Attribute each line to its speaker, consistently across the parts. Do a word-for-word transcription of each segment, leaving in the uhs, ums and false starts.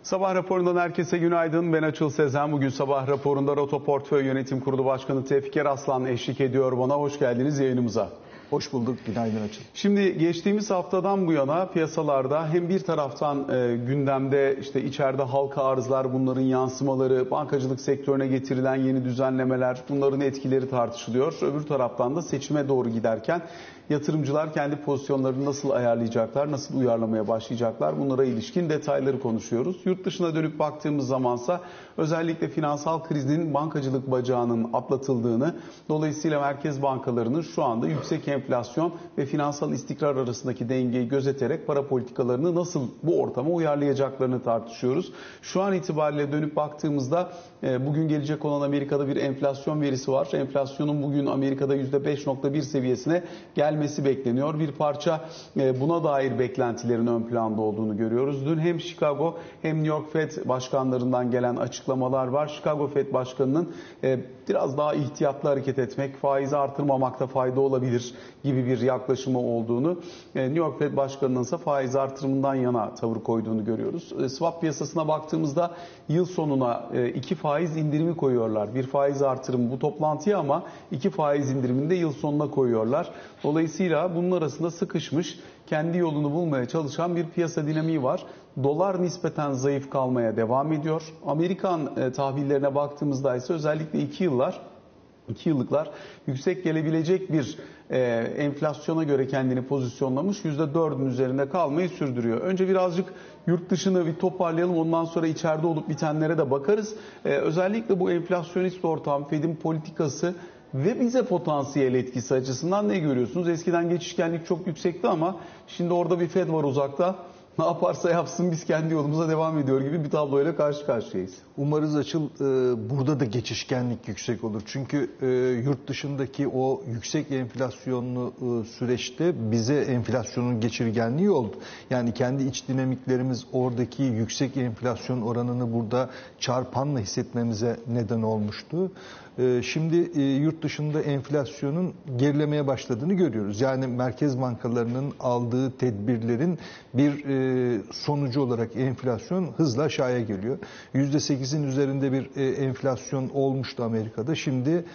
Speaker 1: Sabah raporundan herkese günaydın. Ben Açıl Sezen. Bugün sabah raporunda Roto Portföy Yönetim Kurulu Başkanı Tevfik Eraslan eşlik ediyor bana. Hoş geldiniz yayınımıza.
Speaker 2: Hoş bulduk. Günaydın Açıl.
Speaker 1: Şimdi geçtiğimiz haftadan bu yana piyasalarda hem bir taraftan e, gündemde işte içeride halka arzlar, bunların yansımaları, bankacılık sektörüne getirilen yeni düzenlemeler, bunların etkileri tartışılıyor. Öbür taraftan da seçime doğru giderken yatırımcılar kendi pozisyonlarını nasıl ayarlayacaklar, nasıl uyarlamaya başlayacaklar, bunlara ilişkin detayları konuşuyoruz. Yurt dışına dönüp baktığımız zamansa özellikle finansal krizin bankacılık bacağının atlatıldığını, dolayısıyla merkez bankalarının şu anda yüksek enflasyon ve finansal istikrar arasındaki dengeyi gözeterek para politikalarını nasıl bu ortama uyarlayacaklarını tartışıyoruz. Şu an itibariyle dönüp baktığımızda bugün gelecek olan Amerika'da bir enflasyon verisi var. Enflasyonun bugün Amerika'da yüzde beş nokta bir seviyesine gelmesi bekleniyor. Bir parça buna dair beklentilerin ön planda olduğunu görüyoruz. Dün hem Chicago hem New York Fed başkanlarından gelen açıklamalar var. Chicago Fed başkanının biraz daha ihtiyatlı hareket etmek, faizi artırmamakta fayda olabilir gibi bir yaklaşımı olduğunu, New York Fed başkanının ise faiz artırımından yana tavır koyduğunu görüyoruz. Swap piyasasına baktığımızda yıl sonuna iki faiz indirimi koyuyorlar. Bir faiz artırımı bu toplantıya ama iki faiz indirimini de yıl sonuna koyuyorlar. Dolayısıyla bunun arasında sıkışmış, kendi yolunu bulmaya çalışan bir piyasa dinamiği var. Dolar nispeten zayıf kalmaya devam ediyor. Amerikan e, tahvillerine baktığımızda ise özellikle iki yıllar, iki yıllıklar yüksek gelebilecek bir e, enflasyona göre kendini pozisyonlamış. yüzde dördün üzerinde kalmayı sürdürüyor. Önce birazcık yurt dışını bir toparlayalım. Ondan sonra içeride olup bitenlere de bakarız. E, özellikle bu enflasyonist ortam, Fed'in politikası ve bize potansiyel etkisi açısından ne görüyorsunuz? Eskiden geçişkenlik çok yüksekti ama şimdi orada bir Fed var uzakta. Ne yaparsa yapsın biz kendi yolumuza devam ediyor gibi bir tabloyla karşı karşıyayız.
Speaker 2: Umarız Açıl e, burada da geçişkenlik yüksek olur. Çünkü e, yurt dışındaki o yüksek enflasyonlu e, süreçte bize enflasyonun geçirgenliği oldu. Yani kendi iç dinamiklerimiz oradaki yüksek enflasyon oranını burada çarpanla hissetmemize neden olmuştu. E, şimdi e, yurt dışında enflasyonun gerilemeye başladığını görüyoruz. Yani merkez bankalarının aldığı tedbirlerin bir e, sonucu olarak enflasyon hızla aşağıya geliyor. yüzde sekizin üzerinde bir enflasyon olmuştu Amerika'da. Şimdi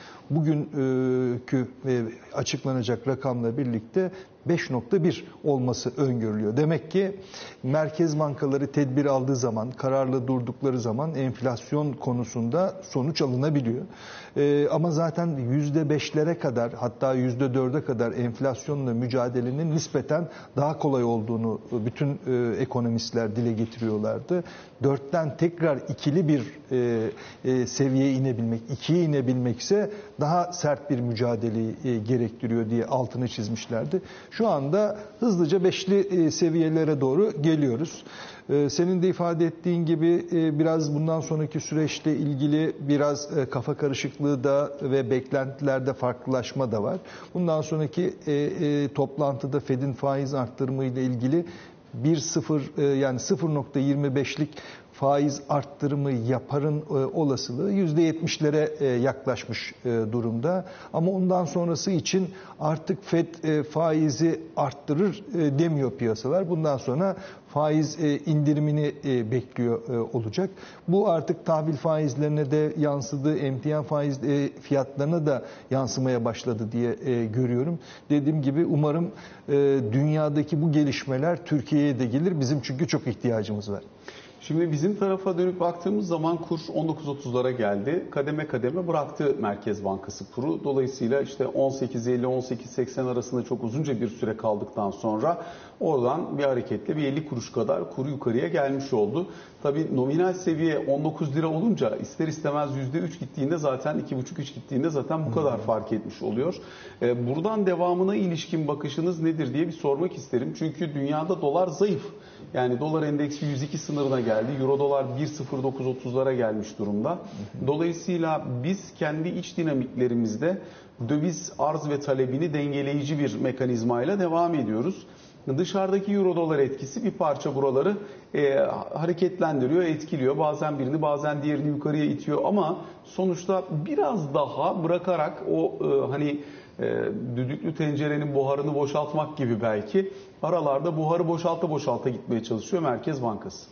Speaker 2: bugünkü açıklanacak rakamla birlikte beş nokta bir olması öngörülüyor. Demek ki merkez bankaları tedbir aldığı zaman, kararlı durdukları zaman enflasyon konusunda sonuç alınabiliyor. Ee, ama zaten yüzde beşlere kadar, hatta yüzde dörde kadar enflasyonla mücadelenin nispeten daha kolay olduğunu bütün e, ekonomistler dile getiriyorlardı. Dörtten tekrar ikili bir e, e, seviyeye inebilmek, ikiye inebilmek ise daha sert bir mücadeleyi e, gerektiriyor diye altını çizmişlerdi. Şu anda hızlıca beşli seviyelere doğru geliyoruz. Senin de ifade ettiğin gibi biraz bundan sonraki süreçle ilgili biraz kafa karışıklığı da ve beklentilerde farklılaşma da var. Bundan sonraki toplantıda Fed'in faiz arttırımı ile ilgili bir sıfır yani sıfır nokta yirmi beşlik faiz arttırımı yaparın olasılığı yüzde yetmişlere yaklaşmış durumda. Ama ondan sonrası için artık Fed faizi arttırır demiyor piyasalar. Bundan sonra faiz indirimini bekliyor olacak. Bu artık tahvil faizlerine de yansıdı, emtia faiz fiyatlarına da yansımaya başladı diye görüyorum. Dediğim gibi umarım dünyadaki bu gelişmeler Türkiye'ye de gelir. Bizim çünkü çok ihtiyacımız var.
Speaker 1: Şimdi bizim tarafa dönüp baktığımız zaman kur on dokuz otuzlara geldi. Kademe kademe bıraktı Merkez Bankası kuru. Dolayısıyla işte on sekiz elli on sekiz seksen arasında çok uzunca bir süre kaldıktan sonra oradan bir hareketle bir elli kuruş kadar kuru yukarıya gelmiş oldu. Tabii nominal seviye on dokuz lira olunca ister istemez yüzde üç gittiğinde zaten iki buçuk üç gittiğinde zaten bu kadar fark etmiş oluyor. Buradan devamına ilişkin bakışınız nedir diye bir sormak isterim. Çünkü dünyada dolar zayıf. Yani dolar endeksi yüz iki sınırına geldi. Euro dolar bir nokta sıfır dokuz otuzlara gelmiş durumda. Dolayısıyla biz kendi iç dinamiklerimizde döviz arz ve talebini dengeleyici bir mekanizmayla devam ediyoruz. Dışarıdaki euro dolar etkisi bir parça buraları e, hareketlendiriyor, etkiliyor. Bazen birini bazen diğerini yukarıya itiyor ama sonuçta biraz daha bırakarak o e, hani e, düdüklü tencerenin buharını boşaltmak gibi belki aralarda buharı boşalta boşalta gitmeye çalışıyor Merkez Bankası.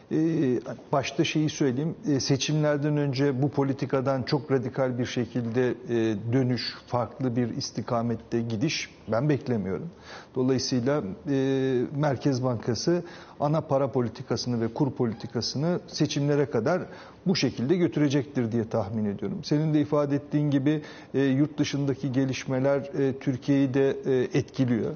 Speaker 2: Başta şeyi söyleyeyim, seçimlerden önce bu politikadan çok radikal bir şekilde dönüş, farklı bir istikamette gidiş ben beklemiyorum. Dolayısıyla Merkez Bankası ana para politikasını ve kur politikasını seçimlere kadar bu şekilde götürecektir diye tahmin ediyorum. Senin de ifade ettiğin gibi yurt dışındaki gelişmeler Türkiye'yi de etkiliyor.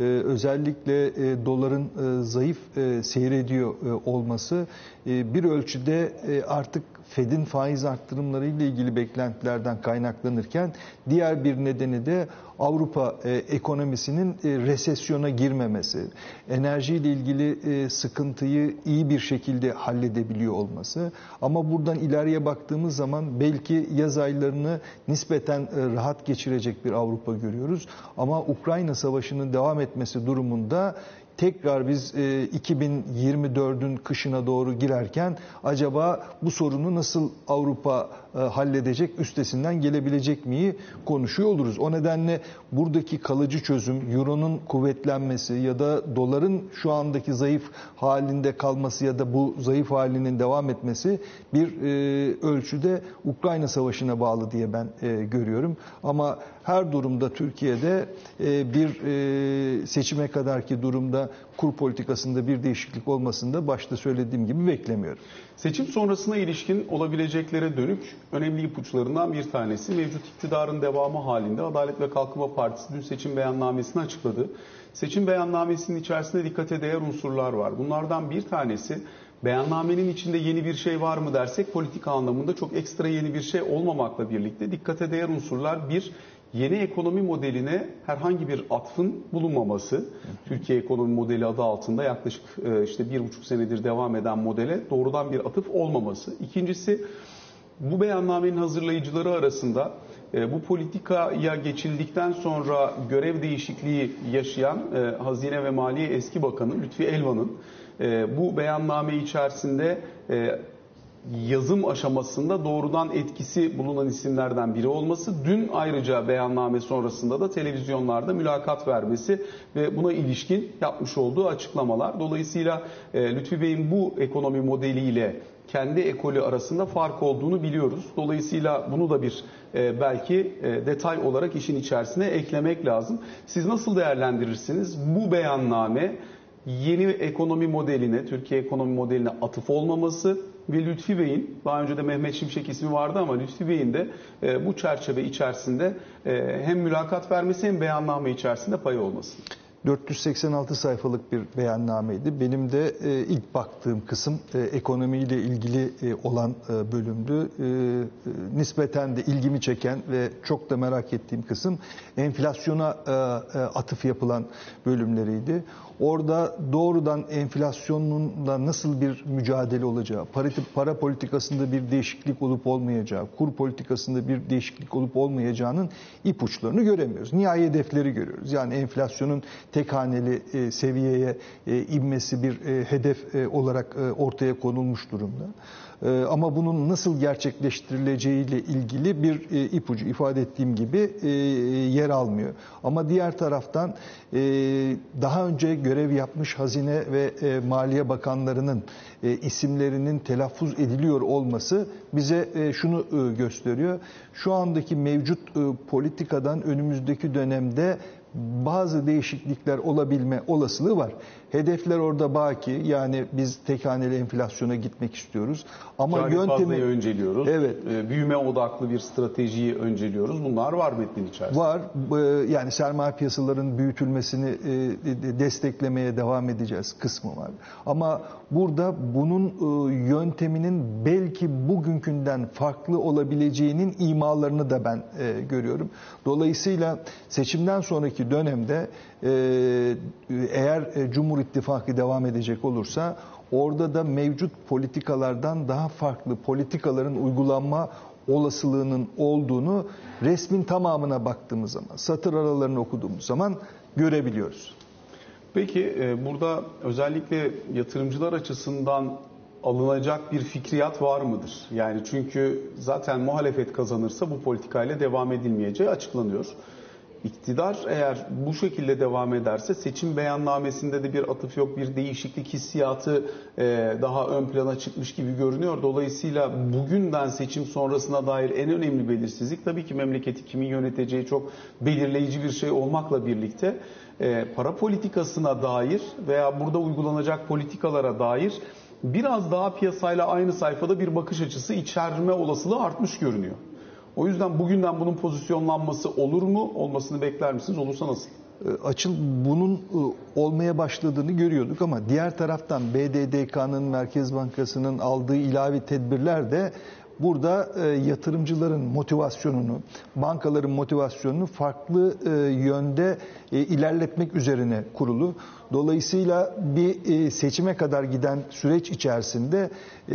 Speaker 2: Özellikle doların zayıf seyrediyor olması bir ölçüde artık Fed'in faiz arttırımları ile ilgili beklentilerden kaynaklanırken diğer bir nedeni de Avrupa ekonomisinin resesyona girmemesi, enerjiyle ilgili sıkıntıyı iyi bir şekilde halledebiliyor olması. Ama buradan ileriye baktığımız zaman belki yaz aylarını nispeten rahat geçirecek bir Avrupa görüyoruz. Ama Ukrayna Savaşı'nın devam etmesi durumunda tekrar biz iki bin yirmi dördün kışına doğru girerken acaba bu sorunu nasıl Avrupa halledecek, üstesinden gelebilecek miyi konuşuyor oluruz. O nedenle buradaki kalıcı çözüm, Euro'nun kuvvetlenmesi ya da doların şu andaki zayıf halinde kalması ya da bu zayıf halinin devam etmesi bir ölçüde Ukrayna Savaşı'na bağlı diye ben görüyorum. Ama her durumda Türkiye'de bir seçime kadarki durumda kur politikasında bir değişiklik olmasında başta söylediğim gibi beklemiyorum.
Speaker 1: Seçim sonrasına ilişkin olabileceklere dönük önemli ipuçlarından bir tanesi mevcut iktidarın devamı halinde Adalet ve Kalkınma Partisi dün seçim beyannamesini açıkladı. Seçim beyannamesinin içerisinde dikkate değer unsurlar var. Bunlardan bir tanesi beyannamenin içinde yeni bir şey var mı dersek politika anlamında çok ekstra yeni bir şey olmamakla birlikte dikkate değer unsurlar bir, yeni ekonomi modeline herhangi bir atfın bulunmaması. Türkiye ekonomi modeli adı altında yaklaşık işte bir buçuk senedir devam eden modele doğrudan bir atıf olmaması. İkincisi, bu beyannamenin hazırlayıcıları arasında bu politikaya geçildikten sonra görev değişikliği yaşayan Hazine ve Maliye Eski Bakanı Lütfi Elvan'ın bu beyanname içerisinde yazım aşamasında doğrudan etkisi bulunan isimlerden biri olması, dün ayrıca beyanname sonrasında da televizyonlarda mülakat vermesi ve buna ilişkin yapmış olduğu açıklamalar. Dolayısıyla Lütfi Bey'in bu ekonomi modeliyle kendi ekolü arasında fark olduğunu biliyoruz. Dolayısıyla bunu da bir belki detay olarak işin içerisine eklemek lazım. Siz nasıl değerlendirirsiniz? Bu beyanname yeni ekonomi modeline, Türkiye ekonomi modeline atıf olmaması ve Lütfi Bey'in, daha önce de Mehmet Şimşek ismi vardı ama Lütfi Bey'in de bu çerçeve içerisinde hem mülakat vermesi hem beyanname içerisinde payı olması.
Speaker 2: dört yüz seksen altı sayfalık bir beyannameydi. Benim de e, ilk baktığım kısım e, ekonomiyle ilgili e, olan e, bölümdü. E, e, nispeten de ilgimi çeken ve çok da merak ettiğim kısım enflasyona e, e, atıf yapılan bölümleriydi. Orada doğrudan enflasyonla nasıl bir mücadele olacağı, para, para politikasında bir değişiklik olup olmayacağı, kur politikasında bir değişiklik olup olmayacağının ipuçlarını göremiyoruz. Nihai hedefleri görüyoruz. Yani enflasyonun tek haneli e, seviyeye e, inmesi bir e, hedef e, olarak e, ortaya konulmuş durumda. E, ama bunun nasıl gerçekleştirileceğiyle ilgili bir e, ipucu ifade ettiğim gibi e, yer almıyor. Ama diğer taraftan e, daha önce görev yapmış Hazine ve e, Maliye Bakanlarının e, isimlerinin telaffuz ediliyor olması bize e, şunu e, gösteriyor. Şu andaki mevcut e, politikadan önümüzdeki dönemde bazı değişiklikler olabilme olasılığı var. Hedefler orada baki, yani biz tek haneli enflasyona gitmek istiyoruz. Ama
Speaker 1: Cari
Speaker 2: yöntemi
Speaker 1: fazlayı önceliyoruz.
Speaker 2: Evet.
Speaker 1: Büyüme odaklı bir stratejiyi önceliyoruz. Bunlar var metnin içerisinde.
Speaker 2: Var. Yani sermaye piyasalarının büyütülmesini desteklemeye devam edeceğiz kısmı var. Ama burada bunun yönteminin belki bugünkünden farklı olabileceğinin imalarını da ben görüyorum. Dolayısıyla seçimden sonraki dönemde eğer Cumhur İttifakı devam edecek olursa orada da mevcut politikalardan daha farklı politikaların uygulanma olasılığının olduğunu resmin tamamına baktığımız zaman, satır aralarını okuduğumuz zaman görebiliyoruz.
Speaker 1: Peki burada özellikle yatırımcılar açısından alınacak bir fikriyat var mıdır? Yani çünkü zaten muhalefet kazanırsa bu politikayla devam edilmeyeceği açıklanıyor. İktidar eğer bu şekilde devam ederse seçim beyannamesinde de bir atıf yok, bir değişiklik hissiyatı daha ön plana çıkmış gibi görünüyor. Dolayısıyla bugünden seçim sonrasına dair en önemli belirsizlik tabii ki memleketi kimin yöneteceği çok belirleyici bir şey olmakla birlikte para politikasına dair veya burada uygulanacak politikalara dair biraz daha piyasayla aynı sayfada bir bakış açısı içerme olasılığı artmış görünüyor. O yüzden bugünden bunun pozisyonlanması olur mu? Olmasını bekler misiniz? Olursa nasıl?
Speaker 2: Açıl bunun olmaya başladığını görüyorduk ama diğer taraftan B D D K'nın, Merkez Bankası'nın aldığı ilave tedbirler de burada yatırımcıların motivasyonunu, bankaların motivasyonunu farklı yönde ilerletmek üzerine kurulu. Dolayısıyla bir seçime kadar giden süreç içerisinde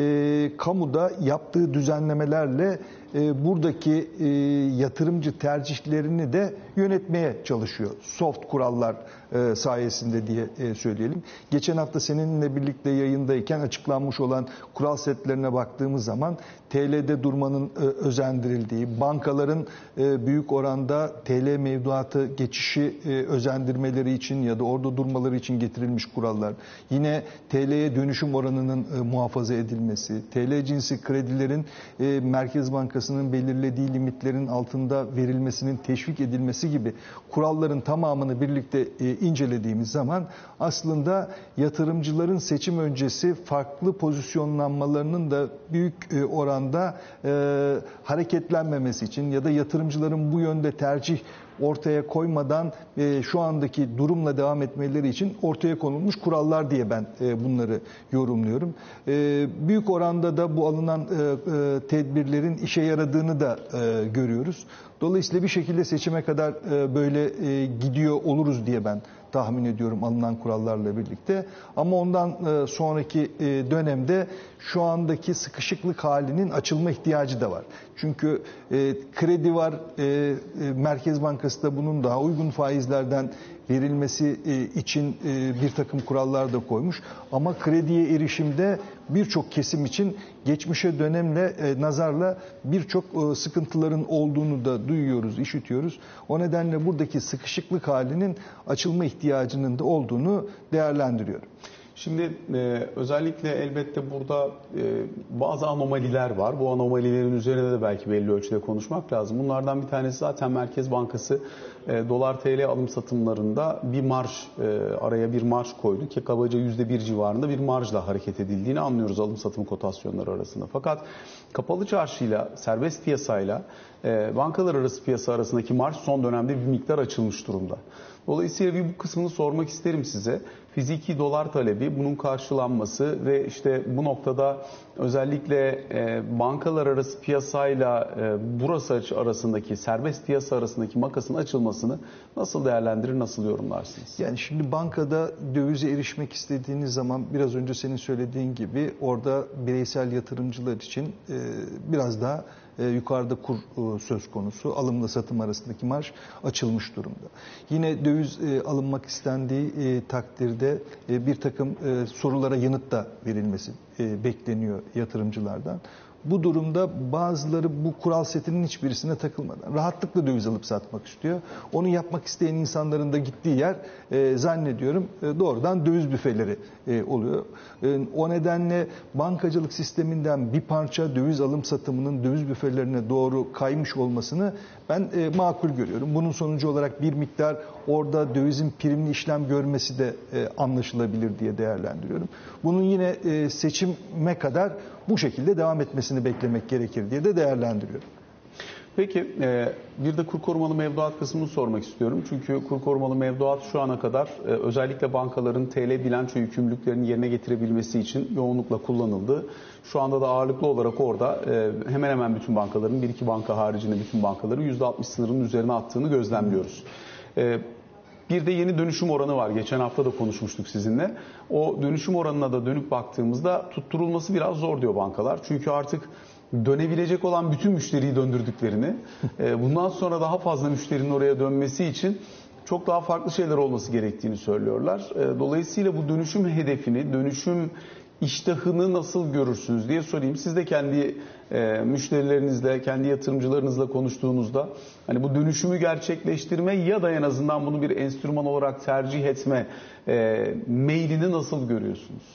Speaker 2: kamuda yaptığı düzenlemelerle buradaki yatırımcı tercihlerini de yönetmeye çalışıyor. Soft kurallar sayesinde diye söyleyelim. Geçen hafta seninle birlikte yayındayken açıklanmış olan kural setlerine baktığımız zaman T L'de durmanın özendirildiği, bankaların büyük oranda T L mevduatı geçişi özendirmeleri için ya da orada durmaları için getirilmiş kurallar. Yine T L'ye dönüşüm oranının muhafaza edilmesi, T L cinsi kredilerin Merkez Bankası'nın belirlediği limitlerin altında verilmesinin teşvik edilmesi gibi kuralların tamamını birlikte incelediğimiz zaman aslında yatırımcıların seçim öncesi farklı pozisyonlanmalarının da büyük oranda e, hareketlenmemesi için ya da yatırımcıların bu yönde tercih ortaya koymadan e, şu andaki durumla devam etmeleri için ortaya konulmuş kurallar diye ben e, bunları yorumluyorum. E, büyük oranda da bu alınan e, e, tedbirlerin işe yaradığını da e, görüyoruz. Dolayısıyla bir şekilde seçime kadar e, böyle e, gidiyor oluruz diye ben tahmin ediyorum alınan kurallarla birlikte. Ama ondan e, sonraki e, dönemde şu andaki sıkışıklık halinin açılma ihtiyacı da var. Çünkü e, kredi var, e, e, Merkez Bankası da bunun daha uygun faizlerden verilmesi e, için e, bir takım kurallar da koymuş. Ama krediye erişimde birçok kesim için geçmişe dönemle e, nazarla birçok e, sıkıntıların olduğunu da duyuyoruz, işitiyoruz. O nedenle buradaki sıkışıklık halinin açılma ihtiyacının da olduğunu değerlendiriyorum.
Speaker 1: Şimdi e, özellikle elbette burada e, bazı anomaliler var. Bu anomalilerin üzerine de belki belli ölçüde konuşmak lazım. Bunlardan bir tanesi zaten Merkez Bankası e, dolar T L alım satımlarında bir marj, e, araya bir marj koydu ki kabaca yüzde bir civarında bir marjla hareket edildiğini anlıyoruz alım satım kotasyonları arasında. Fakat kapalı çarşıyla, serbest piyasayla e, bankalar arası piyasa arasındaki marj son dönemde bir miktar açılmış durumda. Dolayısıyla bir bu kısmını sormak isterim size. Fiziki dolar talebi, bunun karşılanması ve işte bu noktada özellikle e, bankalar arası piyasayla e, burası arasındaki, serbest piyasa arasındaki makasın açılmasını nasıl değerlendirir, nasıl yorumlarsınız?
Speaker 2: Yani şimdi bankada dövize erişmek istediğiniz zaman biraz önce senin söylediğin gibi orada bireysel yatırımcılar için e, biraz daha e, yukarıda kur e, söz konusu. Alımla satım arasındaki marj açılmış durumda. Yine döviz e, alınmak istendiği e, takdirde e, bir takım e, sorulara yanıt da verilmesi e, bekleniyor yatırımcılardan. Bu durumda bazıları bu kural setinin hiçbirisine takılmadan rahatlıkla döviz alıp satmak istiyor. Onu yapmak isteyen insanların da gittiği yer e, zannediyorum e, doğrudan döviz büfeleri e, oluyor. E, o nedenle bankacılık sisteminden bir parça döviz alım satımının döviz büfelerine doğru kaymış olmasını ben e, makul görüyorum. Bunun sonucu olarak bir miktar orada dövizin primli işlem görmesi de e, anlaşılabilir diye değerlendiriyorum. Bunun yine e, seçime kadar bu şekilde devam etmesini beklemek gerekir diye de değerlendiriyorum.
Speaker 1: Peki bir de kur korumalı mevduat kısmını sormak istiyorum. Çünkü kur korumalı mevduat şu ana kadar özellikle bankaların T L bilanço yükümlülüklerini yerine getirebilmesi için yoğunlukla kullanıldı. Şu anda da ağırlıklı olarak orada hemen hemen bütün bankaların, bir iki banka haricinde bütün bankaların yüzde altmış sınırının üzerine attığını gözlemliyoruz. Bir de yeni dönüşüm oranı var. Geçen hafta da konuşmuştuk sizinle. O dönüşüm oranına da dönüp baktığımızda tutturulması biraz zor diyor bankalar. Çünkü artık dönebilecek olan bütün müşteriyi döndürdüklerini, bundan sonra daha fazla müşterinin oraya dönmesi için çok daha farklı şeyler olması gerektiğini söylüyorlar. Dolayısıyla bu dönüşüm hedefini, dönüşüm iştahını nasıl görürsünüz diye sorayım. Siz de kendi e, müşterilerinizle, kendi yatırımcılarınızla konuştuğunuzda hani bu dönüşümü gerçekleştirme ya da en azından bunu bir enstrüman olarak tercih etme e, meylini nasıl görüyorsunuz?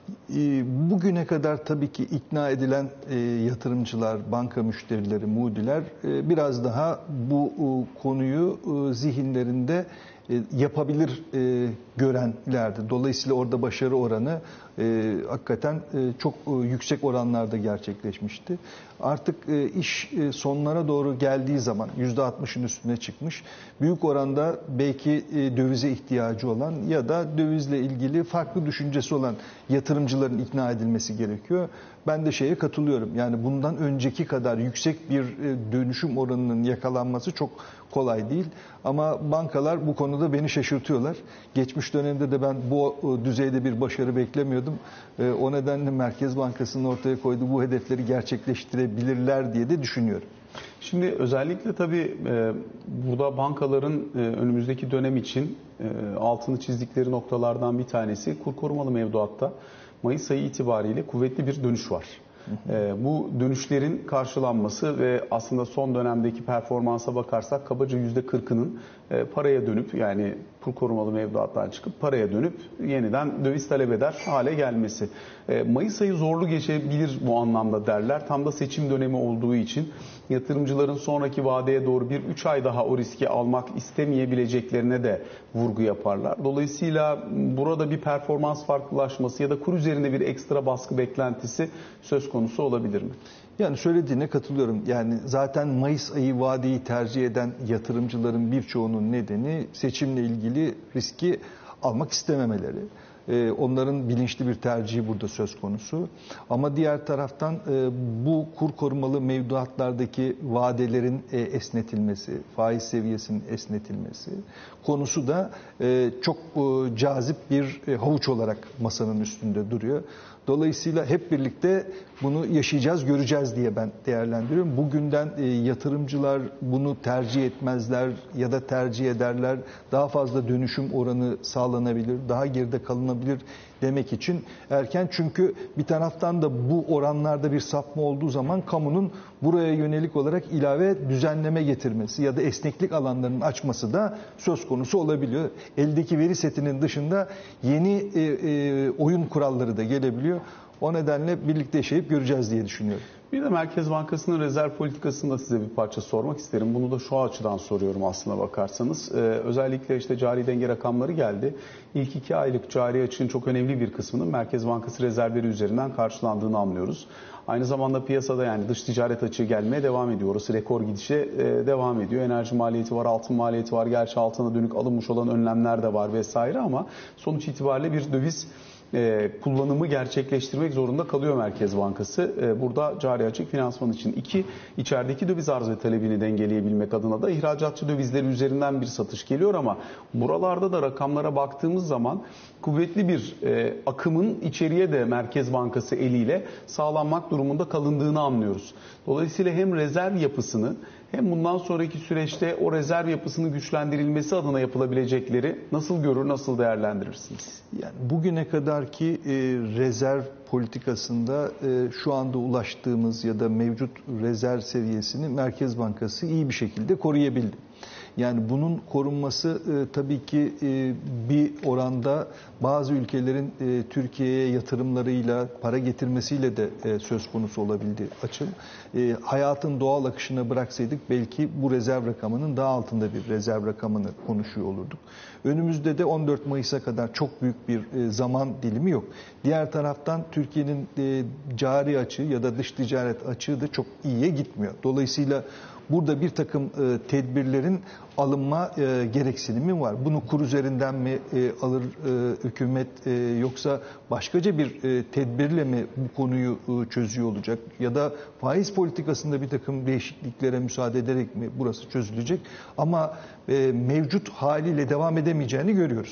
Speaker 2: Bugüne kadar tabii ki ikna edilen e, yatırımcılar, banka müşterileri, mudiler e, biraz daha bu e, konuyu e, zihinlerinde e, yapabilir e, görenlerdi. Dolayısıyla orada başarı oranı e, hakikaten e, çok e, yüksek oranlarda gerçekleşmişti. Artık e, iş e, sonlara doğru geldiği zaman yüzde altmışın üstüne çıkmış. Büyük oranda belki e, dövize ihtiyacı olan ya da dövizle ilgili farklı düşüncesi olan yatırımcıların ikna edilmesi gerekiyor. Ben de şeye katılıyorum. Yani bundan önceki kadar yüksek bir dönüşüm oranının yakalanması çok kolay değil. Ama bankalar bu konuda beni şaşırtıyorlar. Geçmiş dönemde de ben bu düzeyde bir başarı beklemiyordum. O nedenle Merkez Bankası'nın ortaya koyduğu bu hedefleri gerçekleştirebilirler diye de düşünüyorum.
Speaker 1: Şimdi özellikle tabii e, burada bankaların e, önümüzdeki dönem için e, altını çizdikleri noktalardan bir tanesi kur korumalı mevduatta Mayıs ayı itibariyle kuvvetli bir dönüş var. E, bu dönüşlerin karşılanması ve aslında son dönemdeki performansa bakarsak kabaca yüzde kırkının e, paraya dönüp yani kur korumalı mevduattan çıkıp paraya dönüp yeniden döviz talep eder hale gelmesi. E, Mayıs ayı zorlu geçebilir bu anlamda derler. Tam da seçim dönemi olduğu için yatırımcıların sonraki vadeye doğru bir üç ay daha o riski almak istemeyebileceklerine de vurgu yaparlar. Dolayısıyla burada bir performans farklılaşması ya da kur üzerinde bir ekstra baskı beklentisi söz konusu olabilir mi?
Speaker 2: Yani söylediğine katılıyorum. Yani zaten Mayıs ayı vadeyi tercih eden yatırımcıların birçoğunun nedeni seçimle ilgili riski almak istememeleri. Onların bilinçli bir tercihi burada söz konusu. Ama diğer taraftan bu kur korumalı mevduatlardaki vadelerin esnetilmesi, faiz seviyesinin esnetilmesi konusu da çok cazip bir havuç olarak masanın üstünde duruyor. Dolayısıyla hep birlikte bunu yaşayacağız, göreceğiz diye ben değerlendiriyorum. Bugünden e, yatırımcılar bunu tercih etmezler ya da tercih ederler. Daha fazla dönüşüm oranı sağlanabilir, daha geride kalınabilir demek için erken. Çünkü bir taraftan da bu oranlarda bir sapma olduğu zaman kamunun buraya yönelik olarak ilave düzenleme getirmesi ya da esneklik alanlarının açması da söz konusu olabiliyor. Eldeki veri setinin dışında yeni e, e, oyun kuralları da gelebiliyor. O nedenle birlikte yaşayıp göreceğiz diye düşünüyorum.
Speaker 1: Bir de Merkez Bankası'nın rezerv politikasını da size bir parça sormak isterim. Bunu da şu açıdan soruyorum aslına bakarsanız. Ee, özellikle işte cari denge rakamları geldi. İlk iki aylık cari açığın çok önemli bir kısmının Merkez Bankası rezervleri üzerinden karşılandığını anlıyoruz. Aynı zamanda piyasada yani dış ticaret açığı gelmeye devam ediyor. Orası rekor gidişe e, devam ediyor. Enerji maliyeti var, altın maliyeti var. Gerçi altına dönük alınmış olan önlemler de var vesaire ama sonuç itibariyle bir döviz E, kullanımı gerçekleştirmek zorunda kalıyor Merkez Bankası. E, burada cari açık finansman için. İki, içerideki döviz arz ve talebini dengeleyebilmek adına da ihracatçı dövizleri üzerinden bir satış geliyor ama buralarda da rakamlara baktığımız zaman kuvvetli bir e, akımın içeriye de Merkez Bankası eliyle sağlanmak durumunda kalındığını anlıyoruz. Dolayısıyla hem rezerv yapısını hem bundan sonraki süreçte o rezerv yapısının güçlendirilmesi adına yapılabilecekleri nasıl görür, nasıl değerlendirirsiniz?
Speaker 2: Yani bugüne kadarki e, rezerv politikasında e, şu anda ulaştığımız ya da mevcut rezerv seviyesini Merkez Bankası iyi bir şekilde koruyabildi. Yani bunun korunması e, tabii ki e, bir oranda bazı ülkelerin e, Türkiye'ye yatırımlarıyla, para getirmesiyle de e, söz konusu olabildi açım. E, hayatın doğal akışına bıraksaydık belki bu rezerv rakamının daha altında bir rezerv rakamını konuşuyor olurduk. Önümüzde de on dört Mayıs'a kadar çok büyük bir e, zaman dilimi yok. Diğer taraftan Türkiye'nin e, cari açığı ya da dış ticaret açığı da çok iyiye gitmiyor. Dolayısıyla burada bir takım e, tedbirlerin alınma e, gereksinimi var. Bunu kur üzerinden mi e, alır e, hükümet e, yoksa başkaca bir e, tedbirle mi bu konuyu e, çözüyor olacak? Ya da faiz politikasında bir takım değişikliklere müsaade ederek mi burası çözülecek? Ama e, mevcut haliyle devam edemeyeceğini görüyoruz.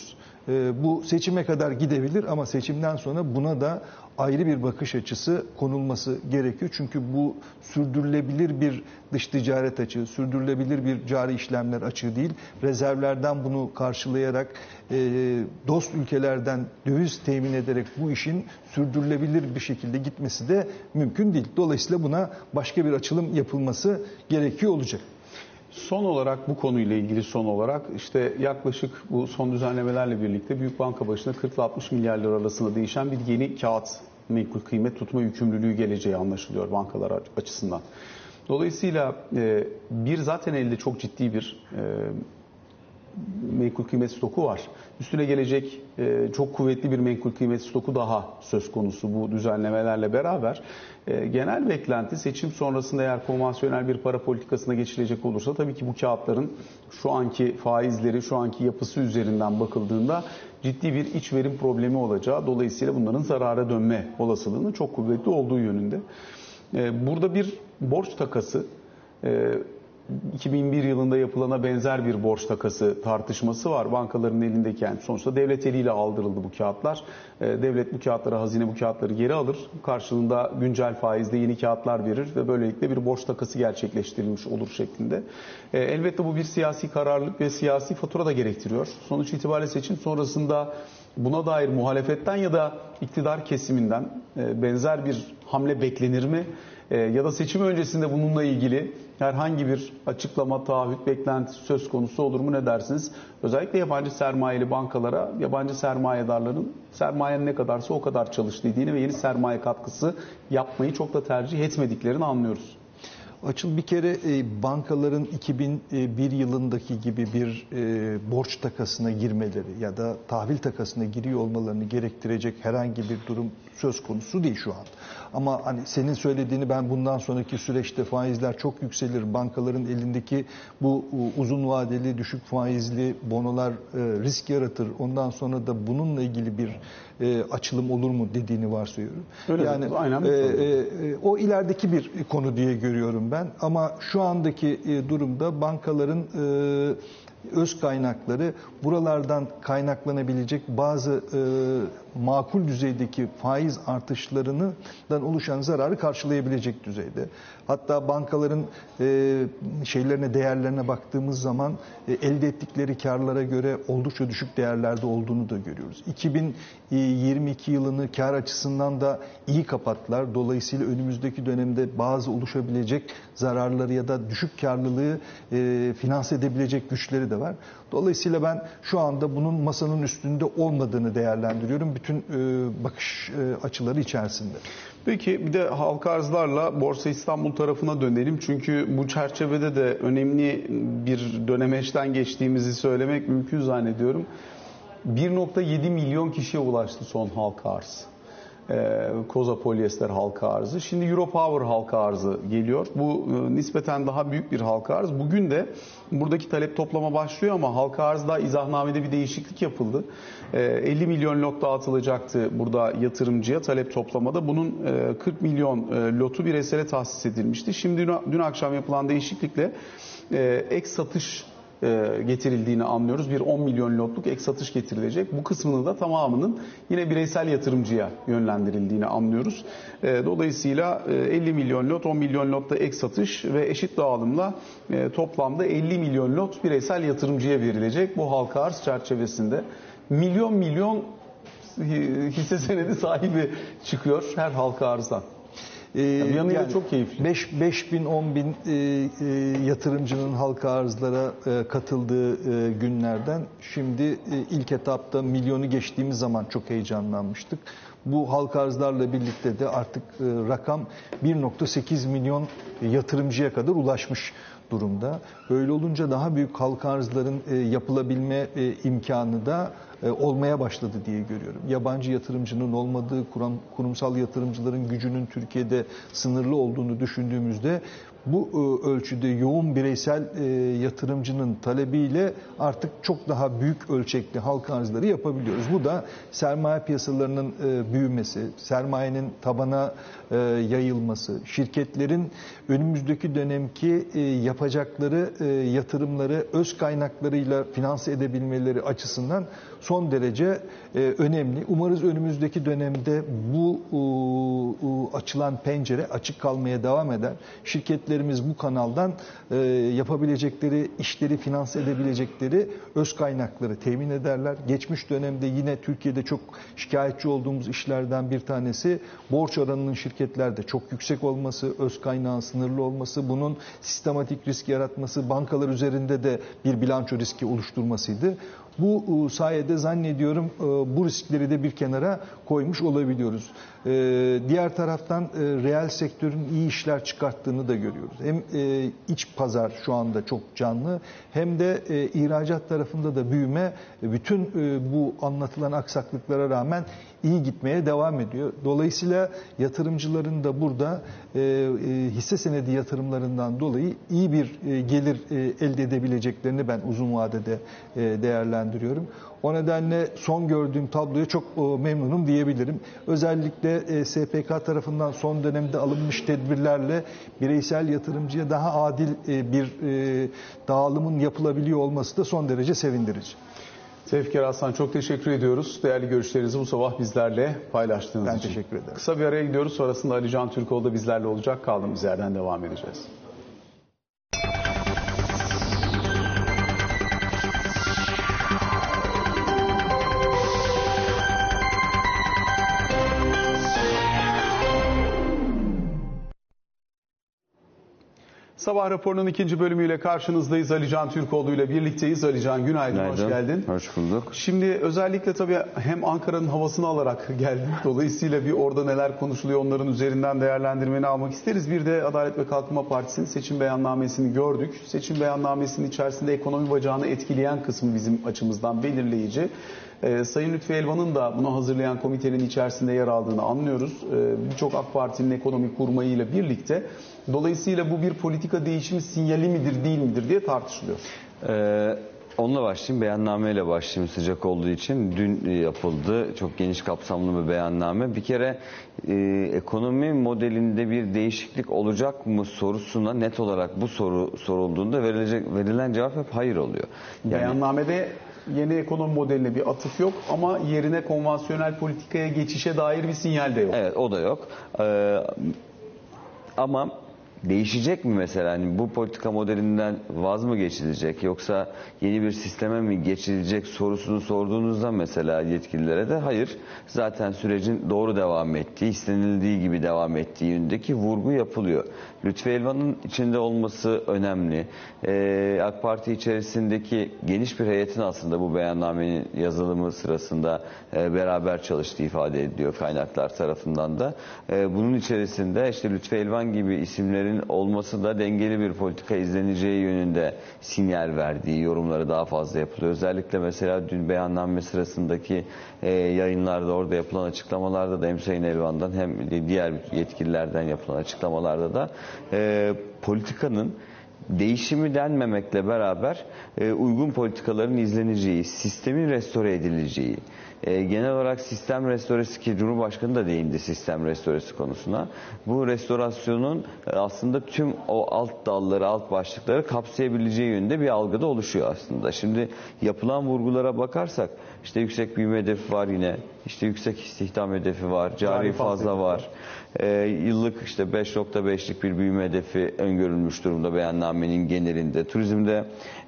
Speaker 2: Bu seçime kadar gidebilir ama seçimden sonra buna da ayrı bir bakış açısı konulması gerekiyor. Çünkü bu sürdürülebilir bir dış ticaret açığı, sürdürülebilir bir cari işlemler açığı değil. Rezervlerden bunu karşılayarak, dost ülkelerden döviz temin ederek bu işin sürdürülebilir bir şekilde gitmesi de mümkün değil. Dolayısıyla buna başka bir açılım yapılması gerekiyor olacak.
Speaker 1: Son olarak bu konuyla ilgili son olarak işte yaklaşık bu son düzenlemelerle birlikte büyük banka başına kırk ile altmış milyar lira arasında değişen bir yeni kağıt menkul kıymet tutma yükümlülüğü geleceği anlaşılıyor bankalar açısından. Dolayısıyla bir zaten elde çok ciddi bir menkul kıymet stoku var. Üstüne gelecek çok kuvvetli bir menkul kıymet stoku daha söz konusu bu düzenlemelerle beraber. Genel beklenti seçim sonrasında eğer konvansiyonel bir para politikasına geçilecek olursa tabii ki bu kağıtların şu anki faizleri, şu anki yapısı üzerinden bakıldığında ciddi bir iç verim problemi olacağı, dolayısıyla bunların zarara dönme olasılığının çok kuvvetli olduğu yönünde. Burada bir borç takası, iki bin bir yılında yapılana benzer bir borç takası tartışması var. Bankaların elindeki, yani sonuçta devlet eliyle aldırıldı bu kağıtlar. Devlet bu kağıtları, hazine bu kağıtları geri alır. Karşılığında güncel faizde yeni kağıtlar verir ve böylelikle bir borç takası gerçekleştirilmiş olur şeklinde. Elbette bu bir siyasi kararlılık ve siyasi fatura da gerektiriyor. Sonuç itibariyle seçim sonrasında buna dair muhalefetten ya da iktidar kesiminden benzer bir hamle beklenir mi? Ya da seçim öncesinde bununla ilgili herhangi bir açıklama, taahhüt, beklenti söz konusu olur mu, ne dersiniz? Özellikle yabancı sermayeli bankalara, yabancı sermayedarların sermayenin ne kadarsa o kadar çalıştığını ve yeni sermaye katkısı yapmayı çok da tercih etmediklerini anlıyoruz.
Speaker 2: Açıl, bir kere e, bankaların iki bin bir yılındaki gibi bir e, borç takasına girmeleri ya da tahvil takasına giriyor olmalarını gerektirecek herhangi bir durum söz konusu değil şu an. Ama hani senin söylediğini, ben bundan sonraki süreçte faizler çok yükselir, bankaların elindeki bu uzun vadeli düşük faizli bonolar e, risk yaratır. Ondan sonra da bununla ilgili bir e, açılım olur mu dediğini varsayıyorum.
Speaker 1: Öyle
Speaker 2: yani
Speaker 1: aynen
Speaker 2: e, e, o ilerideki bir konu diye görüyorum ben. Ama şu andaki e, durumda bankaların e, öz kaynakları buralardan kaynaklanabilecek bazı e, makul düzeydeki faiz artışlarından oluşan zararı karşılayabilecek düzeyde. Hatta bankaların e, şeylerine, değerlerine baktığımız zaman e, elde ettikleri karlara göre oldukça düşük değerlerde olduğunu da görüyoruz. iki bin yirmi iki yılını kar açısından da iyi kapattılar. Dolayısıyla önümüzdeki dönemde bazı oluşabilecek zararları ya da düşük karlılığı e, finanse edebilecek güçleri de var. Dolayısıyla ben şu anda bunun masanın üstünde olmadığını değerlendiriyorum bütün e, bakış e, açıları içerisinde.
Speaker 1: Peki bir de halka arzlarla Borsa İstanbul tarafına dönelim. Çünkü bu çerçevede de önemli bir dönemeçten geçtiğimizi söylemek mümkün zannediyorum. bir nokta yedi milyon kişiye ulaştı son halka arz. Ee, Koza Polyester halka arzı. Şimdi Europower halka arzı geliyor. Bu e, nispeten daha büyük bir halka arz. Bugün de buradaki talep toplama başlıyor ama halka arzda izahnamede bir değişiklik yapıldı. Ee, elli milyon lot dağıtılacaktı burada yatırımcıya talep toplamada. Bunun e, kırk milyon e, lotu bireysele tahsis edilmişti. Şimdi dün, dün akşam yapılan değişiklikle e, ek satış getirildiğini anlıyoruz. Bir on milyon lotluk ek satış getirilecek. Bu kısmının da tamamının yine bireysel yatırımcıya yönlendirildiğini anlıyoruz. Dolayısıyla elli milyon lot, on milyon lotta ek satış ve eşit dağılımla toplamda elli milyon lot bireysel yatırımcıya verilecek. Bu halka arz çerçevesinde milyon milyon hisse senedi sahibi çıkıyor her halka arzdan. Ee, yani yani çok keyifli.
Speaker 2: beş bin on bin e, e, yatırımcının halka arzlara e, katıldığı e, günlerden şimdi e, ilk etapta milyonu geçtiğimiz zaman çok heyecanlanmıştık. Bu halka arzlarla birlikte de artık e, rakam bir nokta sekiz milyon yatırımcıya kadar ulaşmış durumda. Böyle olunca daha büyük halka arzların e, yapılabilme e, imkanı da e, olmaya başladı diye görüyorum. Yabancı yatırımcının olmadığı, kurum, kurumsal yatırımcıların gücünün Türkiye'de sınırlı olduğunu düşündüğümüzde bu e, ölçüde yoğun bireysel e, yatırımcının talebiyle artık çok daha büyük ölçekli halka arzları yapabiliyoruz. Bu da sermaye piyasalarının e, büyümesi, sermayenin tabana e, yayılması, şirketlerin önümüzdeki dönemki e, yapabilmesi yapacakları e, yatırımları öz kaynaklarıyla finanse edebilmeleri açısından son derece e, önemli. Umarız önümüzdeki dönemde bu e, açılan pencere açık kalmaya devam eder. Şirketlerimiz bu kanaldan e, yapabilecekleri işleri finanse edebilecekleri öz kaynakları temin ederler. Geçmiş dönemde yine Türkiye'de çok şikayetçi olduğumuz işlerden bir tanesi borç oranının şirketlerde çok yüksek olması, öz kaynağın sınırlı olması, bunun sistematik risk yaratması, bankalar üzerinde de bir bilanço riski oluşturmasıydı. Bu sayede zannediyorum bu riskleri de bir kenara koymuş olabiliyoruz. Diğer taraftan reel sektörün iyi işler çıkarttığını da görüyoruz. Hem iç pazar şu anda çok canlı hem de ihracat tarafında da büyüme bütün bu anlatılan aksaklıklara rağmen iyi gitmeye devam ediyor. Dolayısıyla yatırımcıların da burada hisse senedi yatırımlarından dolayı iyi bir gelir elde edebileceklerini ben uzun vadede değerlendiriyorum. O nedenle son gördüğüm tabloya çok memnunum diyebilirim. Özellikle S P K tarafından son dönemde alınmış tedbirlerle bireysel yatırımcıya daha adil bir dağılımın yapılabiliyor olması da son derece sevindirici.
Speaker 1: Tevfikar Aslan, çok teşekkür ediyoruz. Değerli görüşlerinizi bu sabah bizlerle paylaştığınız
Speaker 2: ben
Speaker 1: için.
Speaker 2: Ben teşekkür ederim.
Speaker 1: Kısa bir araya gidiyoruz. Sonrasında Ali Can Türkoğlu da bizlerle olacak. Kaldığımız yerden devam edeceğiz. Sabah raporunun ikinci bölümüyle karşınızdayız. Ali Can Türkoğlu ile birlikteyiz. Ali Can, günaydın, günaydın, hoş geldin.
Speaker 3: Hoş bulduk.
Speaker 1: Şimdi özellikle tabii hem Ankara'nın havasını alarak geldik. Dolayısıyla bir orada neler konuşuluyor onların üzerinden değerlendirmeni almak isteriz. Bir de Adalet ve Kalkınma Partisi'nin seçim beyannamesini gördük. Seçim beyannamesinin içerisinde ekonomi bacağını etkileyen kısmı bizim açımızdan belirleyici. Ee, Sayın Lütfi Elvan'ın da bunu hazırlayan komitenin içerisinde yer aldığını anlıyoruz. Ee, Birçok AK Parti'nin ekonomi kurmayıyla birlikte. Dolayısıyla bu bir politika değişimi sinyali midir değil midir diye tartışılıyor.
Speaker 3: Ee, onunla başlayayım, beyannameyle başlayayım sıcak olduğu için. Dün yapıldı çok geniş kapsamlı bir beyanname. Bir kere e, ekonomi modelinde bir değişiklik olacak mı sorusuna net olarak bu soru sorulduğunda verilecek, verilen cevap hep hayır oluyor.
Speaker 1: Yani, Beyannamede yeni ekonomi modeline bir atıf yok ama yerine konvansiyonel politikaya geçişe dair bir sinyal de yok.
Speaker 3: Evet, o da yok. Ee, ama değişecek mi mesela? Hani bu politika modelinden vaz mı geçilecek yoksa yeni bir sisteme mi geçilecek sorusunu sorduğunuzda mesela yetkililere de hayır. Zaten sürecin doğru devam ettiği, istenildiği gibi devam ettiği yönündeki vurgu yapılıyor. Lütfi Elvan'ın içinde olması önemli. Ee, AK Parti içerisindeki geniş bir heyetin aslında bu beyannamenin yazılımı sırasında e, beraber çalıştığı ifade ediliyor kaynaklar tarafından da. E, bunun içerisinde işte Lütfi Elvan gibi isimlerin olması da dengeli bir politika izleneceği yönünde sinyal verdiği yorumları daha fazla yapılıyor. Özellikle mesela dün beyanname sırasındaki e, yayınlarda orada yapılan açıklamalarda da hem Sayın Elvan'dan hem diğer yetkililerden yapılan açıklamalarda da e, politikanın değişimi denmemekle beraber e, uygun politikaların izleneceği, sistemin restore edileceği, e, genel olarak sistem restoresi ki Cumhurbaşkanı da değindi sistem restoresi konusuna. Bu restorasyonun e, aslında tüm o alt dalları, alt başlıkları kapsayabileceği yönünde bir algıda oluşuyor aslında. Şimdi yapılan vurgulara bakarsak işte yüksek büyüme hedefi var yine, işte yüksek istihdam hedefi var, cari fazla var. E, yıllık işte beş nokta beşlik bir büyüme hedefi öngörülmüş durumda beyannamenin genelinde. Turizmde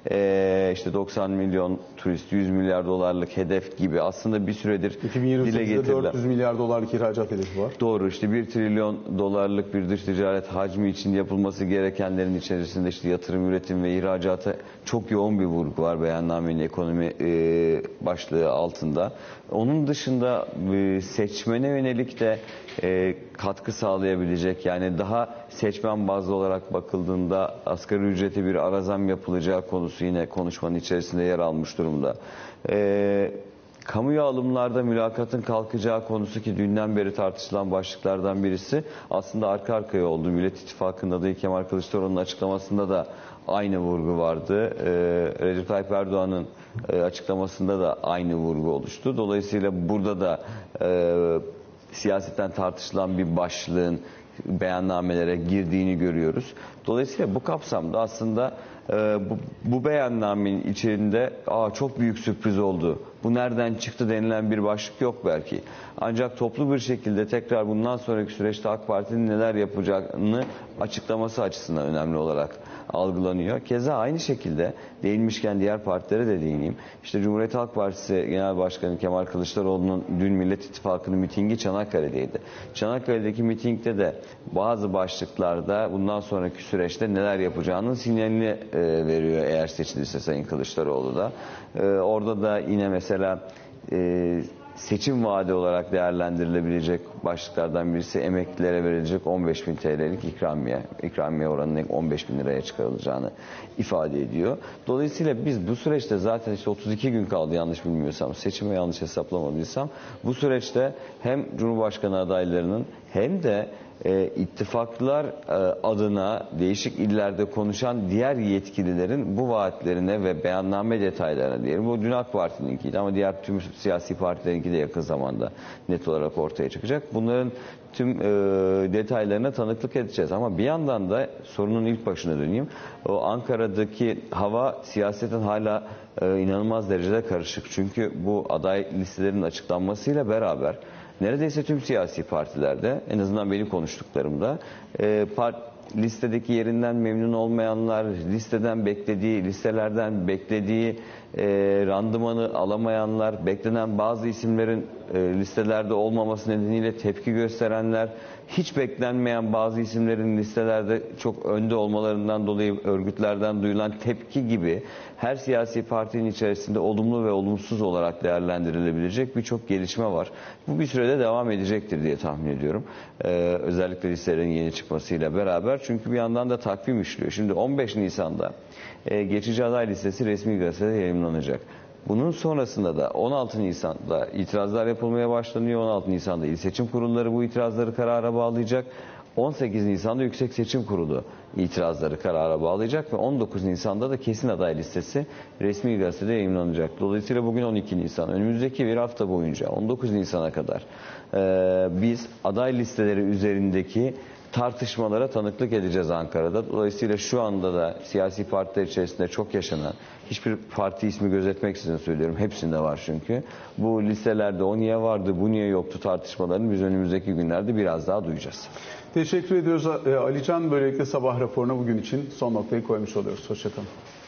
Speaker 3: e, işte doksan milyon turist, yüz milyar dolarlık hedef gibi aslında bir süredir dile getirilen.
Speaker 1: dört yüz milyar dolarlık ihracat hedefi var.
Speaker 3: Doğru, işte bir trilyon dolarlık bir dış ticaret hacmi için yapılması gerekenlerin içerisinde işte yatırım, üretim ve ihracata çok yoğun bir vurgu var beyannamenin ekonomi e, başlığı altında. Onun dışında e, seçmene yönelik de e, katkı sağlayabilecek, yani daha seçmen bazlı olarak bakıldığında asgari ücrete bir ara zam yapılacağı konusu yine konuşmanın içerisinde yer almış durumda. E, kamuya alımlarda mülakatın kalkacağı konusu ki dünden beri tartışılan başlıklardan birisi aslında arka arkaya oldu. Millet İttifakı'nın adayı Kemal Kılıçdaroğlu'nun açıklamasında da aynı vurgu vardı. Ee, Recep Tayyip Erdoğan'ın e, açıklamasında da aynı vurgu oluştu. Dolayısıyla burada da e, siyasetten tartışılan bir başlığın beyannamelere girdiğini görüyoruz. Dolayısıyla bu kapsamda aslında e, bu, bu beyannamenin içinde Aa, çok büyük sürpriz oldu, bu nereden çıktı denilen bir başlık yok belki. Ancak toplu bir şekilde tekrar bundan sonraki süreçte AK Parti'nin neler yapacağını açıklaması açısından önemli olarak algılanıyor. Keza aynı şekilde değinmişken diğer partilere de değineyim. İşte Cumhuriyet Halk Partisi Genel Başkanı Kemal Kılıçdaroğlu'nun dün Millet İttifakı'nın mitingi Çanakkale'deydi. Çanakkale'deki mitingde de bazı başlıklarda bundan sonraki süreçte neler yapacağının sinyalini e, veriyor eğer seçilirse Sayın Kılıçdaroğlu da. E, orada da yine mesela e, seçim vaadi olarak değerlendirilebilecek başlıklardan birisi emeklilere verilecek on beş bin T L'lik ikramiye. İkramiye oranının on beş bin liraya çıkarılacağını ifade ediyor. Dolayısıyla biz bu süreçte zaten işte otuz iki gün kaldı yanlış bilmiyorsam, seçime yanlış hesaplamadıysam, bu süreçte hem Cumhurbaşkanı adaylarının hem de e, ittifaklar e, adına değişik illerde konuşan diğer yetkililerin bu vaatlerine ve beyanname detaylarına diyelim. Bu dün AK Parti'ninkiydi ama diğer tüm siyasi partilerinki de yakın zamanda net olarak ortaya çıkacak. Bunların tüm e, detaylarına tanıklık edeceğiz. Ama bir yandan da sorunun ilk başına döneyim. O Ankara'daki hava siyasetin hala e, inanılmaz derecede karışık. Çünkü bu aday listelerinin açıklanmasıyla beraber neredeyse tüm siyasi partilerde, en azından benim konuştuklarımda, e, part, listedeki yerinden memnun olmayanlar, listeden beklediği, listelerden beklediği e, randımanı alamayanlar, beklenen bazı isimlerin e, listelerde olmaması nedeniyle tepki gösterenler, hiç beklenmeyen bazı isimlerin listelerde çok önde olmalarından dolayı örgütlerden duyulan tepki gibi her siyasi partinin içerisinde olumlu ve olumsuz olarak değerlendirilebilecek birçok gelişme var. Bu bir sürede devam edecektir diye tahmin ediyorum. Ee, özellikle listelerin yeni çıkmasıyla beraber. Çünkü bir yandan da takvim işliyor. Şimdi on beş Nisan'da e, geçici aday listesi resmi gazetede yayımlanacak. Bunun sonrasında da on altı Nisan'da itirazlar yapılmaya başlanıyor. on altı Nisan'da İl Seçim Kurulları bu itirazları karara bağlayacak. on sekiz Nisan'da Yüksek Seçim Kurulu itirazları karara bağlayacak ve on dokuz Nisan'da da kesin aday listesi resmi gazetede yayımlanacak. Dolayısıyla bugün on iki Nisan. Önümüzdeki bir hafta boyunca on dokuz Nisan'a kadar e, biz aday listeleri üzerindeki tartışmalara tanıklık edeceğiz Ankara'da. Dolayısıyla şu anda da siyasi partiler içerisinde çok yaşanan, hiçbir parti ismi gözetmeksizin söylüyorum, hepsinde var çünkü. Bu listelerde o niye vardı, bu niye yoktu tartışmalarını biz önümüzdeki günlerde biraz daha duyacağız.
Speaker 1: Teşekkür ediyoruz Alican. Böylelikle sabah raporuna bugün için son noktayı koymuş oluyoruz. Hoşçakalın.